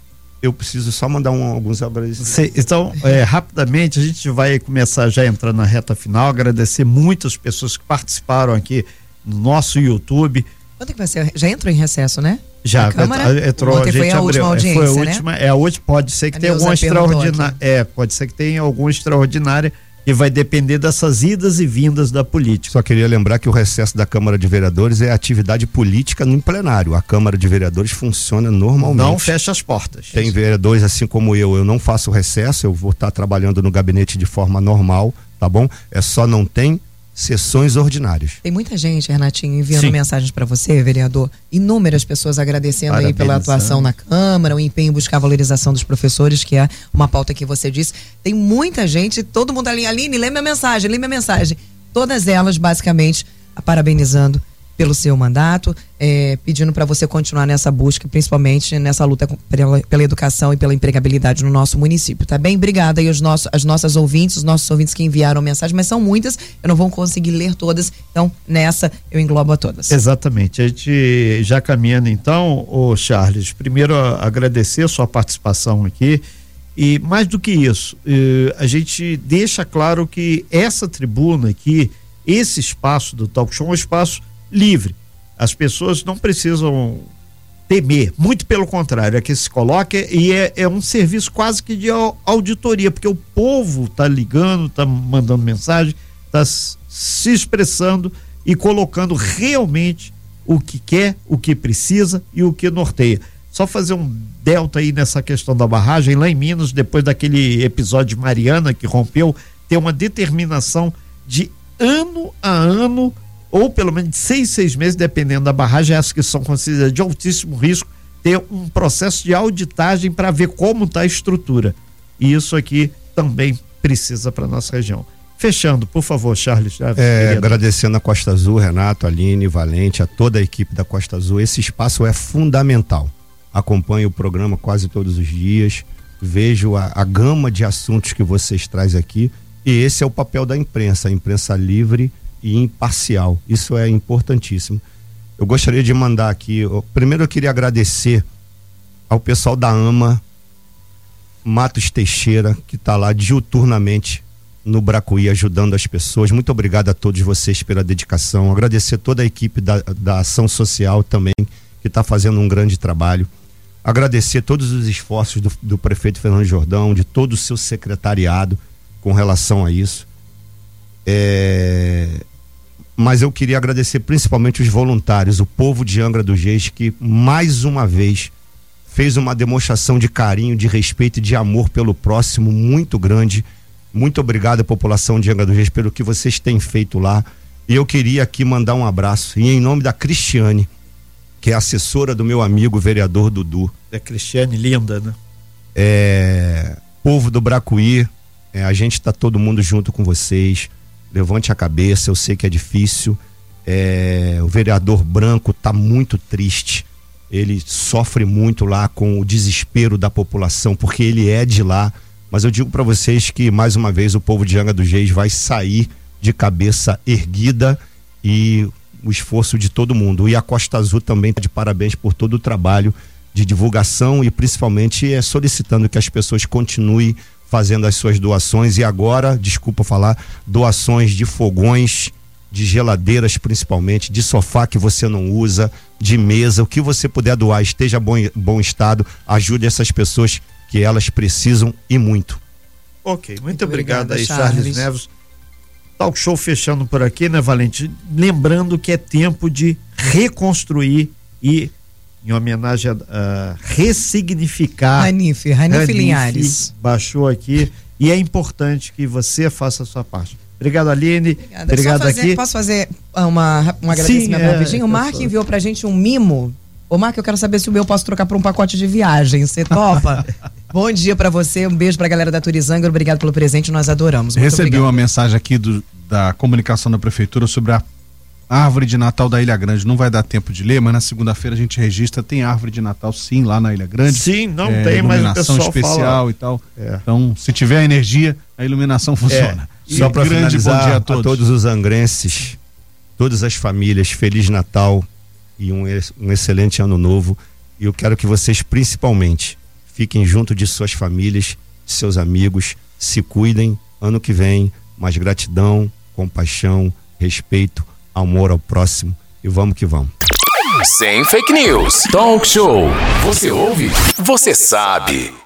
Eu preciso só mandar alguns agradecimentos. Então, rapidamente, a gente vai começar já a entrar na reta final, agradecer muitas pessoas que participaram aqui no nosso YouTube. Quando é que vai ser? Já entrou em recesso, né? Já, entrou. Ontem foi a última audiência, foi a última, né? Pode ser que tenha alguma extraordinária. Pode ser que tenha alguma extraordinária que vai depender dessas idas e vindas da política. Só queria lembrar que o recesso da Câmara de Vereadores é atividade política no plenário. A Câmara de Vereadores funciona normalmente. Não fecha as portas. Tem vereadores assim como eu não faço recesso, eu vou estar trabalhando no gabinete de forma normal, tá bom? Só não tem sessões ordinárias. Tem muita gente, Renatinho, enviando mensagens para você, vereador. Inúmeras pessoas agradecendo aí pela atuação na Câmara, o empenho em buscar a valorização dos professores, que é uma pauta que você disse. Tem muita gente, todo mundo ali, Aline, lê minha mensagem. Todas elas, basicamente, parabenizando pelo seu mandato, pedindo para você continuar nessa busca, principalmente nessa luta pela educação e pela empregabilidade no nosso município, tá bem? Obrigada aí os nossos ouvintes que enviaram mensagem, mas são muitas, eu não vou conseguir ler todas, então nessa eu englobo a todas. Exatamente, a gente já caminhando então, Charles, primeiro agradecer a sua participação aqui e mais do que isso, a gente deixa claro que essa tribuna aqui, esse espaço do Talk Show é um espaço livre. As pessoas não precisam temer, muito pelo contrário, é que se coloque e é um serviço quase que de auditoria, porque o povo tá ligando, tá mandando mensagem, tá se expressando e colocando realmente o que quer, o que precisa e o que norteia. Só fazer um delta aí nessa questão da barragem, lá em Minas, depois daquele episódio de Mariana que rompeu, tem uma determinação de ano a ano, ou pelo menos de 6 meses, dependendo da barragem, essas que são consideradas de altíssimo risco, ter um processo de auditagem para ver como está a estrutura. E isso aqui também precisa para nossa região. Fechando, por favor, Charles. Agradecendo a Costa Azul, Renato, Aline, Valente, a toda a equipe da Costa Azul. Esse espaço é fundamental. Acompanho o programa quase todos os dias, vejo a gama de assuntos que vocês trazem aqui, e esse é o papel da imprensa, a imprensa livre e imparcial. Isso é importantíssimo. Eu gostaria de mandar aqui, primeiro eu queria agradecer ao pessoal da AMA, Matos Teixeira, que está lá diuturnamente no Bracuí ajudando as pessoas. Muito obrigado a todos vocês pela dedicação. Agradecer toda a equipe da Ação Social também, que está fazendo um grande trabalho. Agradecer todos os esforços do prefeito Fernando Jordão, de todo o seu secretariado com relação a isso. Mas eu queria agradecer principalmente os voluntários, o povo de Angra dos Reis, que mais uma vez fez uma demonstração de carinho, de respeito e de amor pelo próximo muito grande. Muito obrigado, população de Angra dos Reis, pelo que vocês têm feito lá. E eu queria aqui mandar um abraço, e em nome da Cristiane, que é assessora do meu amigo vereador Dudu. É Cristiane linda, né? Povo do Bracuí, a gente está todo mundo junto com vocês. Levante a cabeça, eu sei que é difícil. O vereador Branco está muito triste. Ele sofre muito lá com o desespero da população, porque ele é de lá. Mas eu digo para vocês que, mais uma vez, o povo de Angra dos Reis vai sair de cabeça erguida, e o esforço de todo mundo. E a Costa Azul também está de parabéns por todo o trabalho de divulgação e principalmente solicitando que as pessoas continuem fazendo as suas doações, e agora, desculpa falar, doações de fogões, de geladeiras principalmente, de sofá que você não usa, de mesa, o que você puder doar, esteja bom estado, ajude essas pessoas que elas precisam e muito. Ok, muito obrigado aí, Charles Neves. Talk Show fechando por aqui, né, Valente? Lembrando que é tempo de reconstruir e, em homenagem a ressignificar. Ranife Linhares baixou aqui, e é importante que você faça a sua parte. Obrigado, Aline. Obrigado aqui. Posso fazer um agradecimento rapidinho? O Mark enviou pra gente um mimo. Ô, Mark, eu quero saber se o meu posso trocar por um pacote de viagem. Você topa? Bom dia pra você, um beijo pra galera da Turizanga, obrigado pelo presente, nós adoramos. Recebi uma mensagem aqui da comunicação da prefeitura sobre a árvore de Natal da Ilha Grande. Não vai dar tempo de ler, mas na segunda-feira a gente registra, tem árvore de Natal sim lá na Ilha Grande. Sim, não tem, mas o pessoal especial fala. E tal. Então, se tiver energia, a iluminação funciona. Só para finalizar, a todos os angrenses, todas as famílias, Feliz Natal e um excelente ano novo. E eu quero que vocês, principalmente, fiquem junto de suas famílias, seus amigos, se cuidem. Ano que vem, mais gratidão, compaixão, respeito, amor ao próximo, e vamos que vamos. Sem fake news. Talk show. Você ouve? Você sabe.